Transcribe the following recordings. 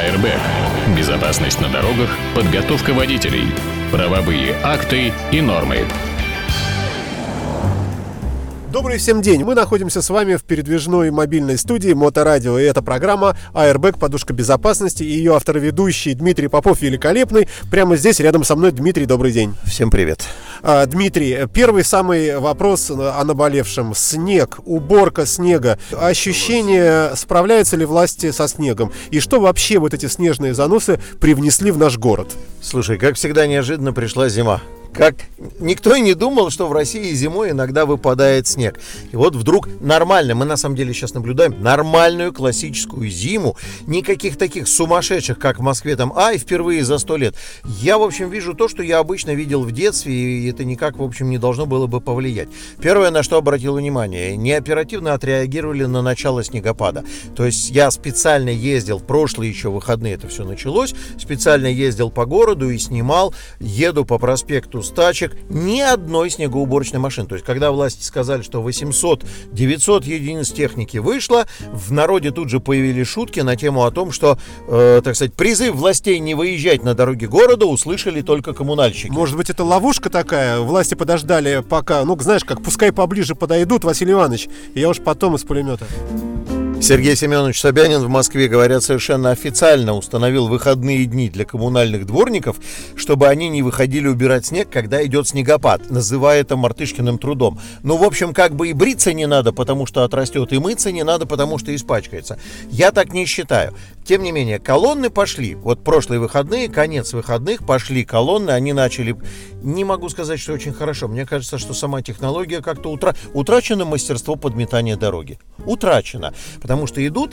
Airbag. Безопасность на дорогах, подготовка водителей, правовые акты и нормы. Добрый всем день! Мы находимся с вами в передвижной мобильной студии Моторадио, и это программа Airbag, подушка безопасности, и ее автор-ведущий Дмитрий Попов великолепный. Прямо здесь, рядом со мной. Дмитрий, добрый день. Всем привет. Дмитрий, первый самый вопрос о наболевшем. Снег, уборка снега. Ощущение, справляются ли власти со снегом? И что вообще вот эти снежные заносы привнесли в наш город? Слушай, как всегда, неожиданно пришла зима. Как никто и не думал, что в России зимой иногда выпадает снег. И вот вдруг нормально, мы на самом деле сейчас наблюдаем нормальную классическую зиму. Никаких таких сумасшедших, как в Москве, там, впервые за 100 лет. Я, в общем, вижу то, что я обычно видел в детстве, и это никак, в общем, не должно было бы повлиять. Первое, на что обратил внимание, не оперативно отреагировали на начало снегопада. То есть я специально ездил, в прошлые еще выходные это все началось, специально ездил по городу и снимал, еду по проспекту Стачек, ни одной снегоуборочной машины. То есть, когда власти сказали, что 800-900 единиц техники вышло, в народе тут же появились шутки на тему о том, что, так сказать, призыв властей не выезжать на дороги города услышали только коммунальщики. Может быть, это ловушка такая? Власти подождали пока, знаешь, как пускай поближе подойдут, Василий Иванович, и я уж потом из пулемета. Сергей Семенович Собянин в Москве, говорят, совершенно официально установил выходные дни для коммунальных дворников, чтобы они не выходили убирать снег, когда идет снегопад, называя это мартышкиным трудом. В общем, как бы и бриться не надо, потому что отрастет, и мыться не надо, потому что испачкается. Я так не считаю. Тем не менее, колонны пошли. Вот прошлые выходные, конец выходных, пошли колонны, они начали, не могу сказать, что очень хорошо. Мне кажется, что сама технология как-то утрачено мастерство подметания дороги. Утрачено. Потому что идут,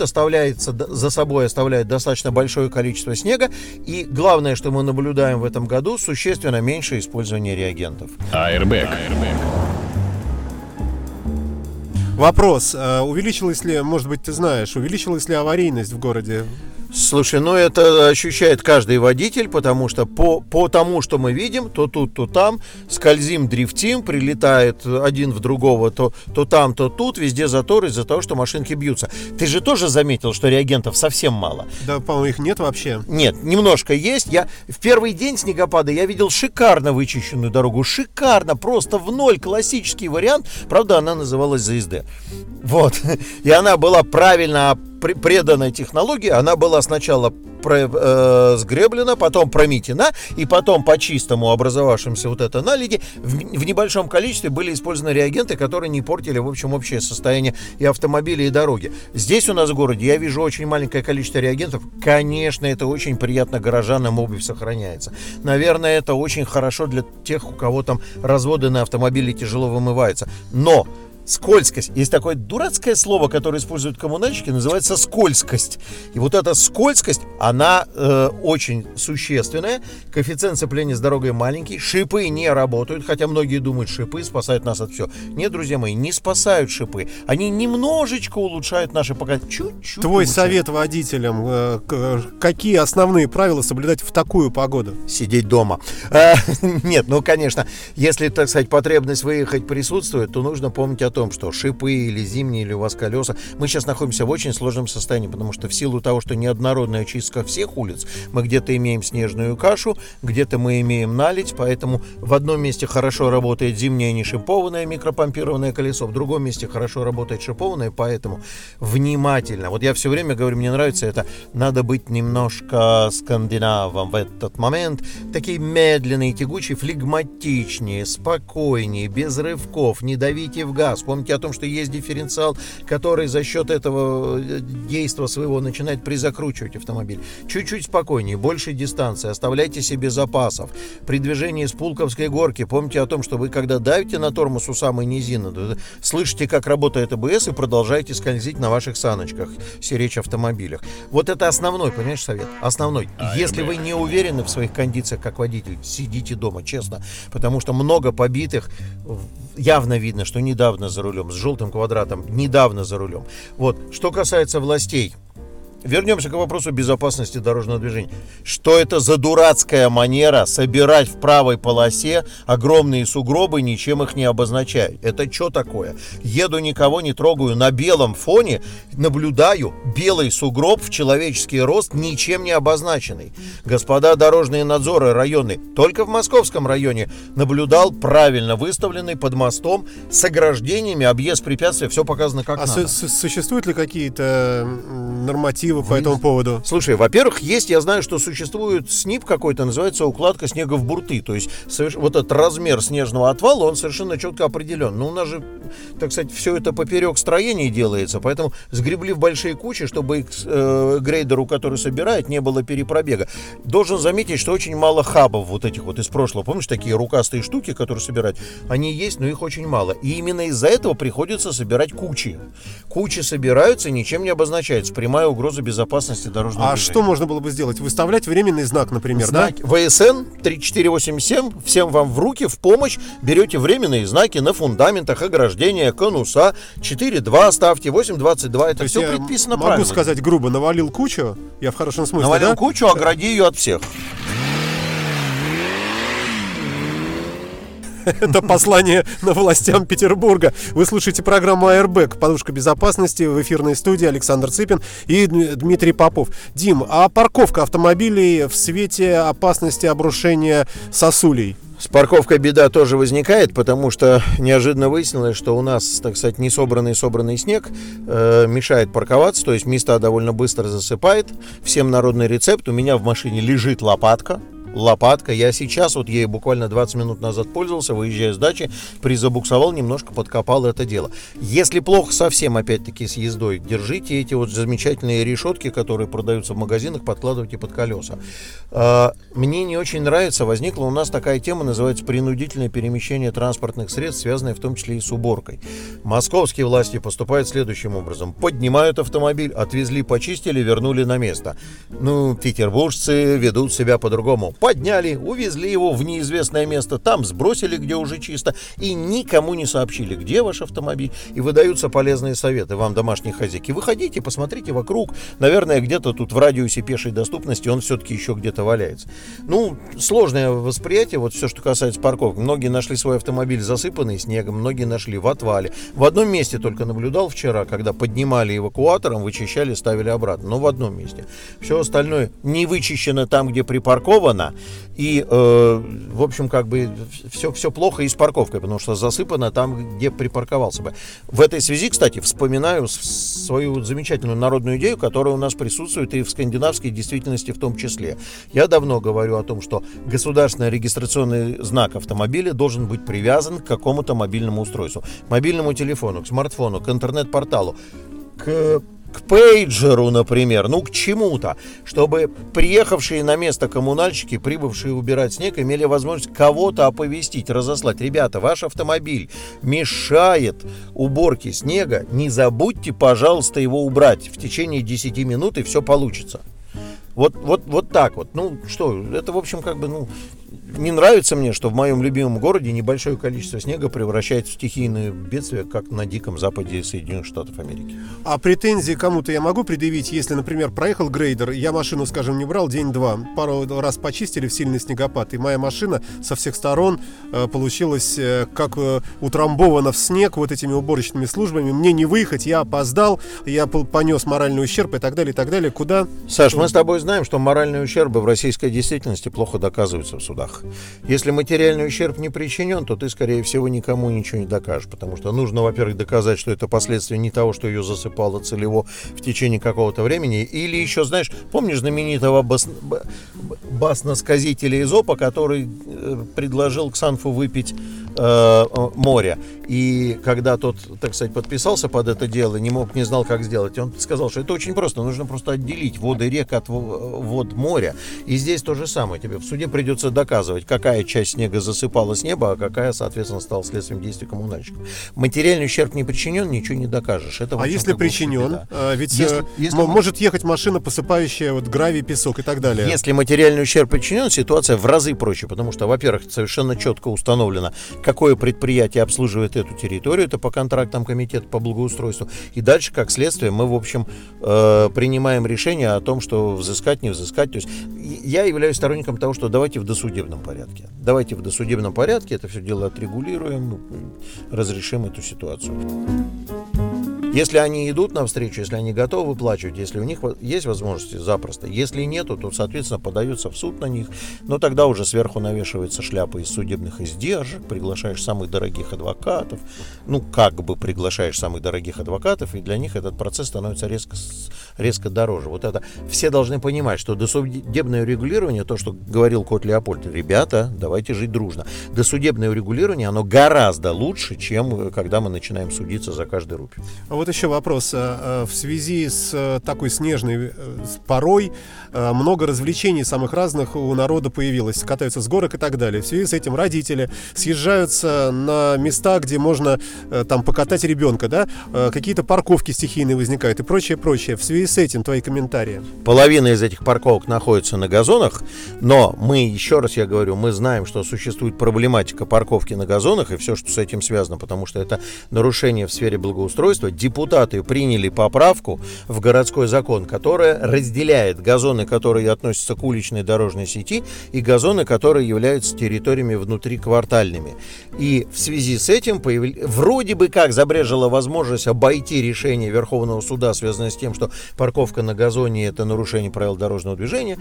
за собой оставляют достаточно большое количество снега. И главное, что мы наблюдаем в этом году, существенно меньше использования реагентов. Airbag. Вопрос, увеличилась ли, может быть, ты знаешь, увеличилась ли аварийность в городе? Слушай, это ощущает каждый водитель, потому что по тому, что мы видим, то тут, то там, скользим, дрифтим, прилетает один в другого, то там, то тут, везде затор из-за того, что машинки бьются. Ты же тоже заметил, что реагентов совсем мало? Да, по-моему, их нет вообще. Нет, немножко есть. Я в первый день снегопада я видел шикарно вычищенную дорогу, шикарно, просто в ноль, классический вариант. Правда, она называлась ЗСД. Вот. И она была правильно преданной технологии, она была сначала сгреблена, потом прометена, и потом по чистому образовавшемуся наледи в небольшом количестве были использованы реагенты, которые не портили, в общем, общее состояние и автомобиля, и дороги. Здесь у нас в городе я вижу очень маленькое количество реагентов. Конечно, это очень приятно горожанам, обувь сохраняется. Наверное, это очень хорошо для тех, у кого там разводы на автомобиле тяжело вымываются. Но скользкость. Есть такое дурацкое слово, которое используют коммунальщики, называется скользкость. И вот эта скользкость, она очень существенная. Коэффициент сцепления с дорогой маленький. Шипы не работают, хотя многие думают, шипы спасают нас от всего. Нет, друзья мои, не спасают шипы. Они немножечко улучшают наши показатели. Чуть-чуть. Твой совет водителям, какие основные правила соблюдать в такую погоду? Сидеть дома. Нет, конечно, если, так сказать, потребность выехать присутствует, то нужно помнить о том, что шипы или зимние, или у вас колеса. Мы сейчас находимся в очень сложном состоянии, потому что в силу того, что неоднородная чистка всех улиц, мы где-то имеем снежную кашу, где-то мы имеем наледь, поэтому в одном месте хорошо работает зимнее нешипованное микропомпированное колесо, в другом месте хорошо работает шипованное, поэтому внимательно. Вот я все время говорю, мне нравится это, надо быть немножко скандинавом в этот момент, такие медленные, тягучие, флегматичнее, спокойнее, без рывков, не давите в газ. Помните о том, что есть дифференциал, который за счет этого действия своего начинает призакручивать автомобиль. Чуть-чуть спокойнее, больше дистанции, оставляйте себе запасов. При движении с Пулковской горки помните о том, что вы, когда давите на тормоз у самой низины, слышите, как работает АБС, и продолжаете скользить на ваших саночках, речь автомобилях. Вот это основной, понимаешь, совет? Основной. Если вы не уверены в своих кондициях как водитель, сидите дома, честно. Потому что много побитых, явно видно, что недавно за рулем, с желтым квадратом, недавно за рулем. Вот. Что касается властей, вернемся к вопросу безопасности дорожного движения. Что это за дурацкая манера собирать в правой полосе огромные сугробы, ничем их не обозначая? Это что такое? Еду, никого не трогаю, на белом фоне наблюдаю белый сугроб в человеческий рост, ничем не обозначенный. Господа дорожные надзоры районные, только в Московском районе наблюдал правильно выставленный под мостом с ограждениями, объезд препятствия, все показано как надо. Существуют ли какие-то нормативы по этому поводу? Слушай, во-первых, я знаю, что существует СНИП какой-то, называется укладка снега в бурты. То есть вот этот размер снежного отвала, он совершенно четко определен. Но у нас же, так сказать, все это поперек строений делается, поэтому сгребли в большие кучи, чтобы грейдеру, который собирает, не было перепробега. Должен заметить, что очень мало хабов вот этих вот из прошлого. Помнишь, такие рукастые штуки, которые собирают? Они есть, но их очень мало. И именно из-за этого приходится собирать кучи. Кучи собираются, ничем не обозначаются. Прямая угроза безопасности дорожного движения. А что можно было бы сделать? Выставлять временный знак, например, знаки. Да? ВСН 3487, всем вам в руки, в помощь. Берете временные знаки на фундаментах, ограждения, конуса. 4.2 ставьте, 8.22. Это все предписано правильно. Могу сказать грубо, навалил кучу, я в хорошем смысле, навалил кучу, огради ее от всех. Это послание на властям Петербурга. Вы слушаете программу Airbag, подушка безопасности, в эфирной студии Александр Цыпин и Дмитрий Попов. Дим, а парковка автомобилей в свете опасности обрушения сосулей? С парковкой беда тоже возникает, потому что неожиданно выяснилось, что у нас, так сказать, несобранный снег мешает парковаться, то есть места довольно быстро засыпает. Всем народный рецепт. У меня в машине лежит лопатка. Я сейчас вот ей буквально 20 минут назад пользовался, выезжая с дачи, призабуксовал, немножко подкопал это дело. Если плохо совсем, опять-таки, с ездой, держите эти вот замечательные решетки, которые продаются в магазинах, подкладывайте под колеса. Мне не очень нравится, возникла у нас такая тема, называется принудительное перемещение транспортных средств, связанное в том числе и с уборкой. Московские власти поступают следующим образом. Поднимают автомобиль, отвезли, почистили, вернули на место. Петербуржцы ведут себя по-другому. Подняли, увезли его в неизвестное место, там сбросили, где уже чисто, и никому не сообщили, где ваш автомобиль. И выдаются полезные советы вам, домашние хозяйки. Выходите, посмотрите вокруг. Наверное, где-то тут в радиусе пешей доступности он все-таки еще где-то валяется. Сложное восприятие, вот все, что касается парковок. Многие нашли свой автомобиль засыпанный снегом, многие нашли в отвале. В одном месте только наблюдал вчера, когда поднимали эвакуатором, вычищали, ставили обратно. Но в одном месте. Все остальное не вычищено там, где припарковано. И, в общем, все плохо и с парковкой, потому что засыпано там, где припарковался бы. В этой связи, кстати, вспоминаю свою замечательную народную идею, которая у нас присутствует и в скандинавской действительности в том числе. Я давно говорю о том, что государственный регистрационный знак автомобиля должен быть привязан к какому-то мобильному устройству. К мобильному телефону, к смартфону, к интернет-порталу, к пейджеру, например, к чему-то, чтобы приехавшие на место коммунальщики, прибывшие убирать снег, имели возможность кого-то оповестить, разослать. Ребята, ваш автомобиль мешает уборке снега, не забудьте, пожалуйста, его убрать. В течение 10 минут и все получится. Вот так вот. Это, в общем, не нравится мне, что в моем любимом городе небольшое количество снега превращается в стихийное бедствие, как на Диком Западе Соединенных Штатов Америки. А претензии кому-то я могу предъявить, если, например, проехал грейдер, я машину, скажем, не брал день-два, пару раз почистили в сильный снегопад, и моя машина со всех сторон получилась как утрамбована в снег вот этими уборочными службами. Мне не выехать, я опоздал, я понес моральный ущерб и так далее, и так далее. Куда? Саш, мы с тобой знаем, что моральные ущербы в российской действительности плохо доказываются в судах. Если материальный ущерб не причинен, то ты, скорее всего, никому ничего не докажешь, потому что нужно, во-первых, доказать, что это последствия не того, что ее засыпало целево в течение какого-то времени, или еще, знаешь, помнишь знаменитого басносказителя Эзопа, который предложил Ксанфу выпить море, и когда тот, так сказать, подписался под это дело, не знал, как сделать, он сказал, что это очень просто, нужно просто отделить воды рек от вод моря, и здесь то же самое, тебе в суде придется доказывать, какая часть снега засыпала с неба, а какая, соответственно, стала следствием действий коммунальщиков. Материальный ущерб не причинен, ничего не докажешь. Это, а если причинен? Ведь может ехать машина, посыпающая гравий, песок и так далее. Если материальный ущерб причинен, ситуация в разы проще, потому что, во-первых, совершенно четко установлено, какое предприятие обслуживает эту территорию, это по контрактам комитета по благоустройству. И дальше, как следствие, мы, в общем, принимаем решение о том, что взыскать, не взыскать. То есть я являюсь сторонником того, что давайте в досудебном порядке. Давайте в досудебном порядке это все дело отрегулируем, разрешим эту ситуацию. Если они идут навстречу, если они готовы выплачивать, если у них есть возможности, запросто. Если нету, то, соответственно, подаются в суд на них. Но тогда уже сверху навешивается шляпа из судебных издержек, приглашаешь самых дорогих адвокатов. Ну, как бы приглашаешь самых дорогих адвокатов, и для них этот процесс становится резко дороже. Вот это все должны понимать, что досудебное урегулирование, то, что говорил кот Леопольд, ребята, давайте жить дружно. Досудебное урегулирование, оно гораздо лучше, чем когда мы начинаем судиться за каждый рубль. Вот еще вопрос. В связи с такой снежной порой много развлечений самых разных у народа появилось. Катаются с горок и так далее. В связи с этим родители съезжаются на места, где можно там покатать ребенка, да? Какие-то парковки стихийные возникают и прочее, прочее. В связи с этим твои комментарии. Половина из этих парковок находится на газонах, но мы, еще раз я говорю, мы знаем, что существует проблематика парковки на газонах и все, что с этим связано, потому что это нарушение в сфере благоустройства. Депутаты приняли поправку в городской закон, которая разделяет газоны, которые относятся к уличной дорожной сети, и газоны, которые являются территориями внутриквартальными. И в связи с этим вроде бы как забрежила возможность обойти решение Верховного суда, связанное с тем, что парковка на газоне — это нарушение правил дорожного движения,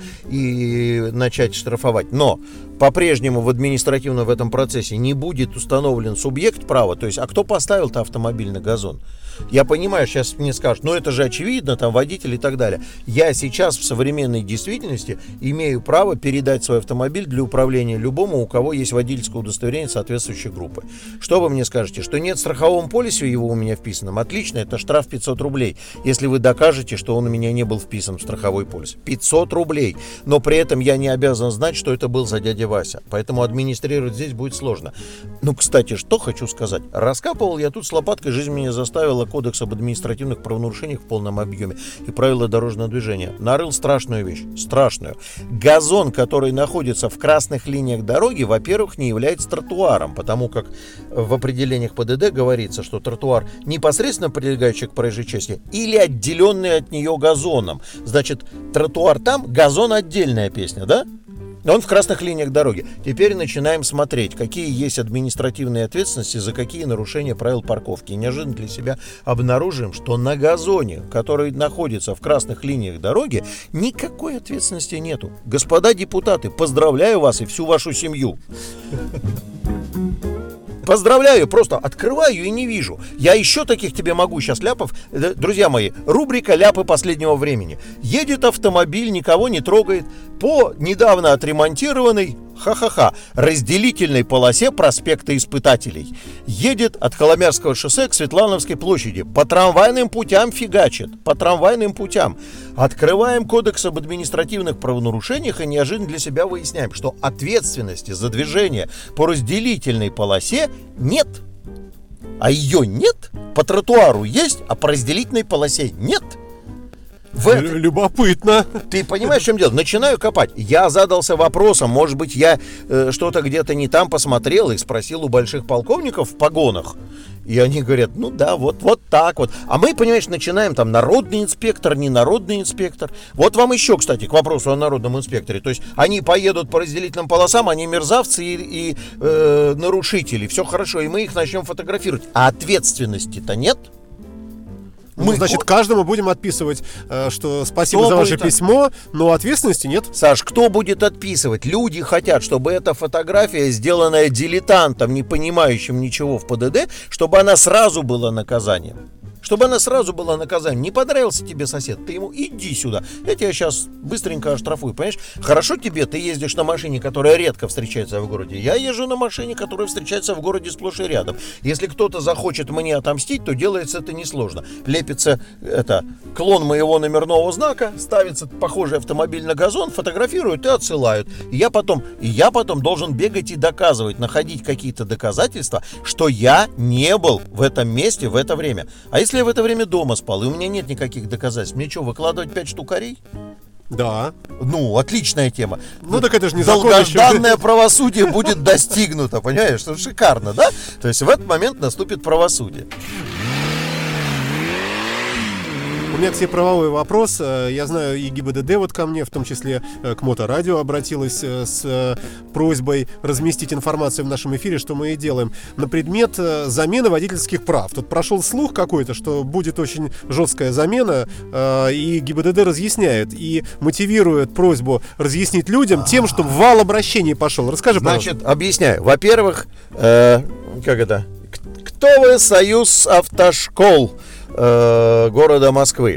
и начать штрафовать. Но по-прежнему в административном в этом процессе не будет установлен субъект права, то есть, а кто поставил-то автомобиль на газон? Я понимаю, сейчас мне скажут, это же очевидно, там водитель и так далее. Я сейчас в современной действительности имею право передать свой автомобиль для управления любому, у кого есть водительское удостоверение соответствующей группы. Что вы мне скажете, что нет в страховом полисе его у меня вписанном? Отлично, это штраф 500 рублей, если вы докажете, что он у меня не был вписан в страховой полис. 500 рублей, но при этом я не обязан знать, что это был за дядя Вася, поэтому администрировать здесь будет сложно. Кстати, что хочу сказать. Раскапывал я тут с лопаткой, жизнь меня заставила, Кодекс об административных правонарушениях в полном объеме и правила дорожного движения. Нарыл страшную вещь. Страшную. Газон, который находится в красных линиях дороги, во-первых, не является тротуаром, потому как в определениях ПДД говорится, что тротуар непосредственно прилегающий к проезжей части или отделенный от нее газоном. Значит, тротуар там, газон отдельная песня, да? Он в красных линиях дороги. Теперь начинаем смотреть, какие есть административные ответственности за какие нарушения правил парковки. И неожиданно для себя обнаружим, что на газоне, который находится в красных линиях дороги, никакой ответственности нету. Господа депутаты, поздравляю вас и всю вашу семью. Поздравляю, просто открываю и не вижу. Я еще таких тебе могу сейчас ляпов. Друзья мои, рубрика «Ляпы последнего времени». Едет автомобиль, никого не трогает, по недавно отремонтированной, разделительной полосе проспекта Испытателей. Едет от Холомярского шоссе к Светлановской площади. По трамвайным путям фигачит. По трамвайным путям. Открываем Кодекс об административных правонарушениях и неожиданно для себя выясняем, что ответственности за движение по разделительной полосе нет. А ее нет. По тротуару есть, а по разделительной полосе нет. Любопытно. Ты понимаешь, в чем дело? Начинаю копать. Я задался вопросом, может быть, я что-то где-то не там посмотрел и спросил у больших полковников в погонах. И они говорят, вот так вот. А мы, понимаешь, начинаем там народный инспектор, не народный инспектор. Вот вам еще, кстати, к вопросу о народном инспекторе. То есть они поедут по разделительным полосам, они мерзавцы и нарушители. Все хорошо, и мы их начнем фотографировать. А ответственности-то нет. Значит, каждому будем отписывать, что спасибо за ваше письмо, но ответственности нет. Саш, кто будет отписывать? Люди хотят, чтобы эта фотография, сделанная дилетантом, не понимающим ничего в ПДД, чтобы она сразу была наказанием. Чтобы она сразу была наказанием. Не понравился тебе сосед, ты ему иди сюда. Я тебя сейчас быстренько оштрафую, понимаешь? Хорошо тебе, ты ездишь на машине, которая редко встречается в городе. Я езжу на машине, которая встречается в городе сплошь и рядом. Если кто-то захочет мне отомстить, то делается это несложно. Лепится клон моего номерного знака, ставится похожий автомобиль на газон, фотографируют и отсылают. И я потом должен бегать и доказывать, находить какие-то доказательства, что я не был в этом месте в это время. А если я в это время дома спал, и у меня нет никаких доказательств, мне что, выкладывать 5 штукарей? Да. Ну, отличная тема. Ну, так это же не закон еще. Долгожданное правосудие будет достигнуто, понимаешь? Ну, шикарно, да? То есть в этот момент наступит правосудие. У меня, кстати, правовой вопрос. Я знаю, и ГИБДД вот ко мне, в том числе к Моторадио, обратилась с просьбой разместить информацию в нашем эфире, что мы и делаем, на предмет замены водительских прав. Тут прошел слух какой-то, что будет очень жесткая замена, и ГИБДД разъясняет и мотивирует просьбу разъяснить людям тем, чтобы вал обращений пошел. Расскажи, пожалуйста. Значит, объясняю. Во-первых, как это? Кто вы? Союз автошкол города Москвы.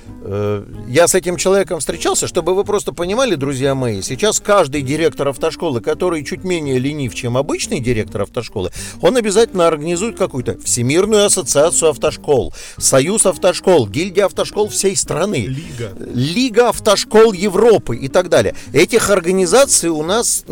Я с этим человеком встречался, чтобы вы просто понимали, друзья мои, сейчас каждый директор автошколы, который чуть менее ленив, чем обычный директор автошколы, он обязательно организует какую-то Всемирную ассоциацию автошкол, Союз автошкол, гильдия автошкол всей страны, Лига автошкол Европы и так далее. Этих организаций у нас,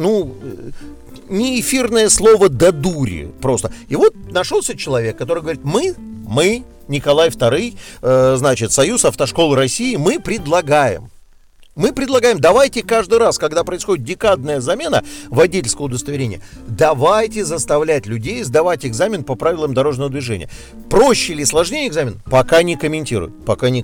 не эфирное слово до дури просто. И вот нашелся человек, который говорит, мы, Николай II, значит, Союз автошкол России, мы предлагаем, давайте каждый раз, когда происходит декадная замена водительского удостоверения, давайте заставлять людей сдавать экзамен по правилам дорожного движения. Проще или сложнее экзамен? Пока не комментирую.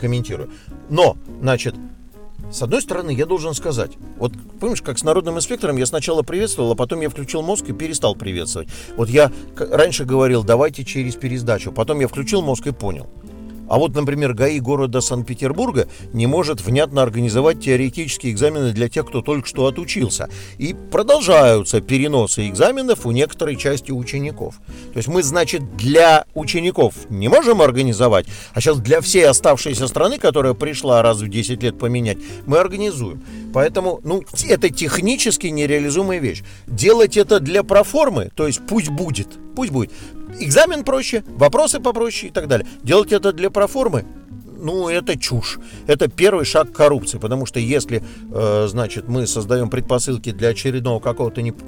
Но, значит, с одной стороны, я должен сказать, вот помнишь, как с народным инспектором я сначала приветствовал, а потом я включил мозг и перестал приветствовать. Вот я раньше говорил, давайте через пересдачу, потом я включил мозг и понял. А вот, например, ГАИ города Санкт-Петербурга не может внятно организовать теоретические экзамены для тех, кто только что отучился. И продолжаются переносы экзаменов у некоторой части учеников. То есть мы, значит, для учеников не можем организовать, а сейчас для всей оставшейся страны, которая пришла раз в 10 лет поменять, мы организуем. Поэтому, это технически нереализуемая вещь. Делать это для проформы, то есть пусть будет. Экзамен проще, вопросы попроще и так далее. Делать это для проформы, это чушь. Это первый шаг к коррупции, потому что если, значит, мы создаем предпосылки для очередного какого-то не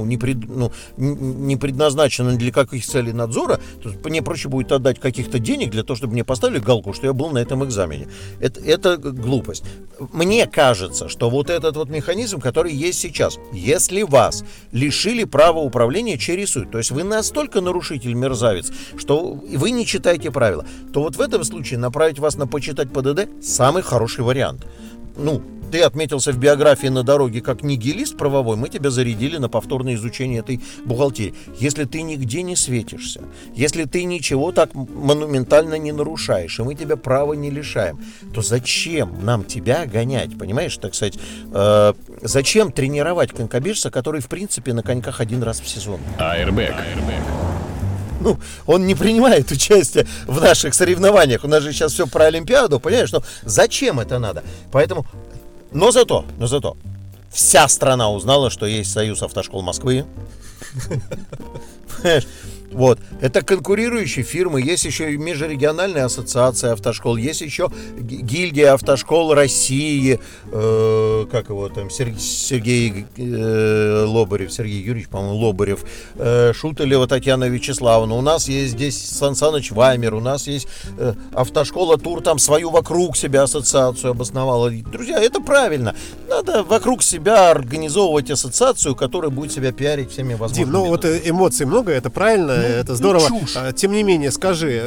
предназначенного для каких целей надзора, то мне проще будет отдать каких-то денег для того, чтобы мне поставили галку, что я был на этом экзамене. Это глупость. Мне кажется, что вот этот вот механизм, который есть сейчас, если вас лишили права управления через суд, то есть вы настолько нарушитель-мерзавец, что вы не читаете правила, то вот в этом случае направить вас на почитать ПДД самый хороший вариант. Ты отметился в биографии на дороге как нигилист правовой, мы тебя зарядили на повторное изучение этой бухгалтерии. Если ты нигде не светишься, если ты ничего так монументально не нарушаешь, и мы тебя права не лишаем, то зачем нам тебя гонять, понимаешь, так сказать, зачем тренировать конькобежца, который, в принципе, на коньках один раз в сезон? Airbag. Он не принимает участие в наших соревнованиях. У нас же сейчас все про Олимпиаду, понимаешь? Зачем это надо? Поэтому, но зато вся страна узнала, что есть Союз автошкол Москвы. Понимаешь? Вот. Это конкурирующие фирмы, есть еще и межрегиональная ассоциация автошкол, есть еще гильдия автошкол России, как его там, Сергей Лобарев, Сергей Юрьевич, по-моему, Лобарев, Шутелева Татьяна Вячеславовна, у нас есть здесь Сан Саныч Ваймер, у нас есть автошкола Тур, там свою вокруг себя ассоциацию обосновала. Друзья, это правильно. Надо вокруг себя организовывать ассоциацию, которая будет себя пиарить всеми возможными. Дим, вот эмоций много, это правильно, это здорово. Чушь. Тем не менее, скажи,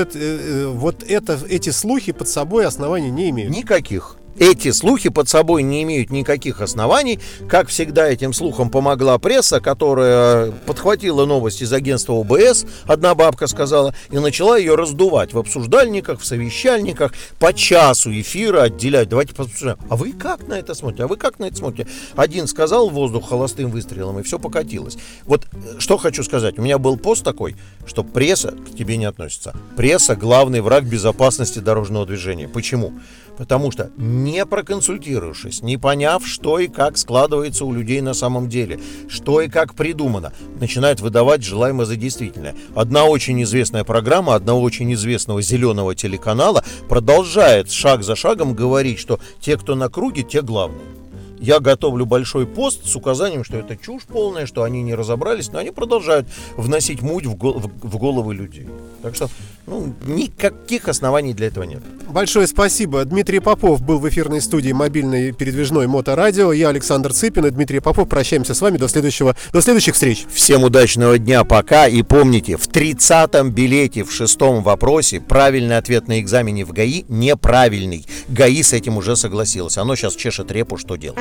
эти слухи под собой оснований не имеют? Никаких. Эти слухи под собой не имеют никаких оснований. Как всегда, этим слухам помогла пресса, которая подхватила новость из агентства ОБС, одна бабка сказала, и начала ее раздувать в обсуждальниках, в совещальниках, по часу эфира отделять. Давайте послушаем. А вы как на это смотрите? Один сказал в воздух холостым выстрелом, и все покатилось. Вот что хочу сказать. У меня был пост такой, что пресса к тебе не относится. Пресса — главный враг безопасности дорожного движения. Почему? Потому что, не проконсультировавшись, не поняв, что и как складывается у людей на самом деле, что и как придумано, начинает выдавать желаемое за действительное. Одна очень известная программа одного очень известного зеленого телеканала продолжает шаг за шагом говорить, что те, кто на круге, те главные. я готовлю большой пост с указанием, что это чушь полная, что они не разобрались, но они продолжают вносить муть в головы людей. Так что, никаких оснований для этого нет. Большое спасибо. Дмитрий Попов был в эфирной студии мобильной передвижной моторадио. Я Александр Цыпин и Дмитрий Попов. Прощаемся с вами до следующих встреч. Всем удачного дня, пока. И помните, в 30-м билете в 6-м вопросе правильный ответ на экзамене в ГАИ неправильный. ГАИ с этим уже согласилось. Оно сейчас чешет репу, что делать.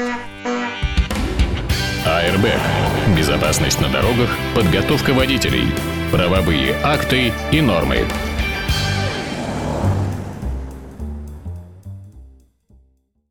АРБ. Безопасность на дорогах, подготовка водителей, правовые акты и нормы.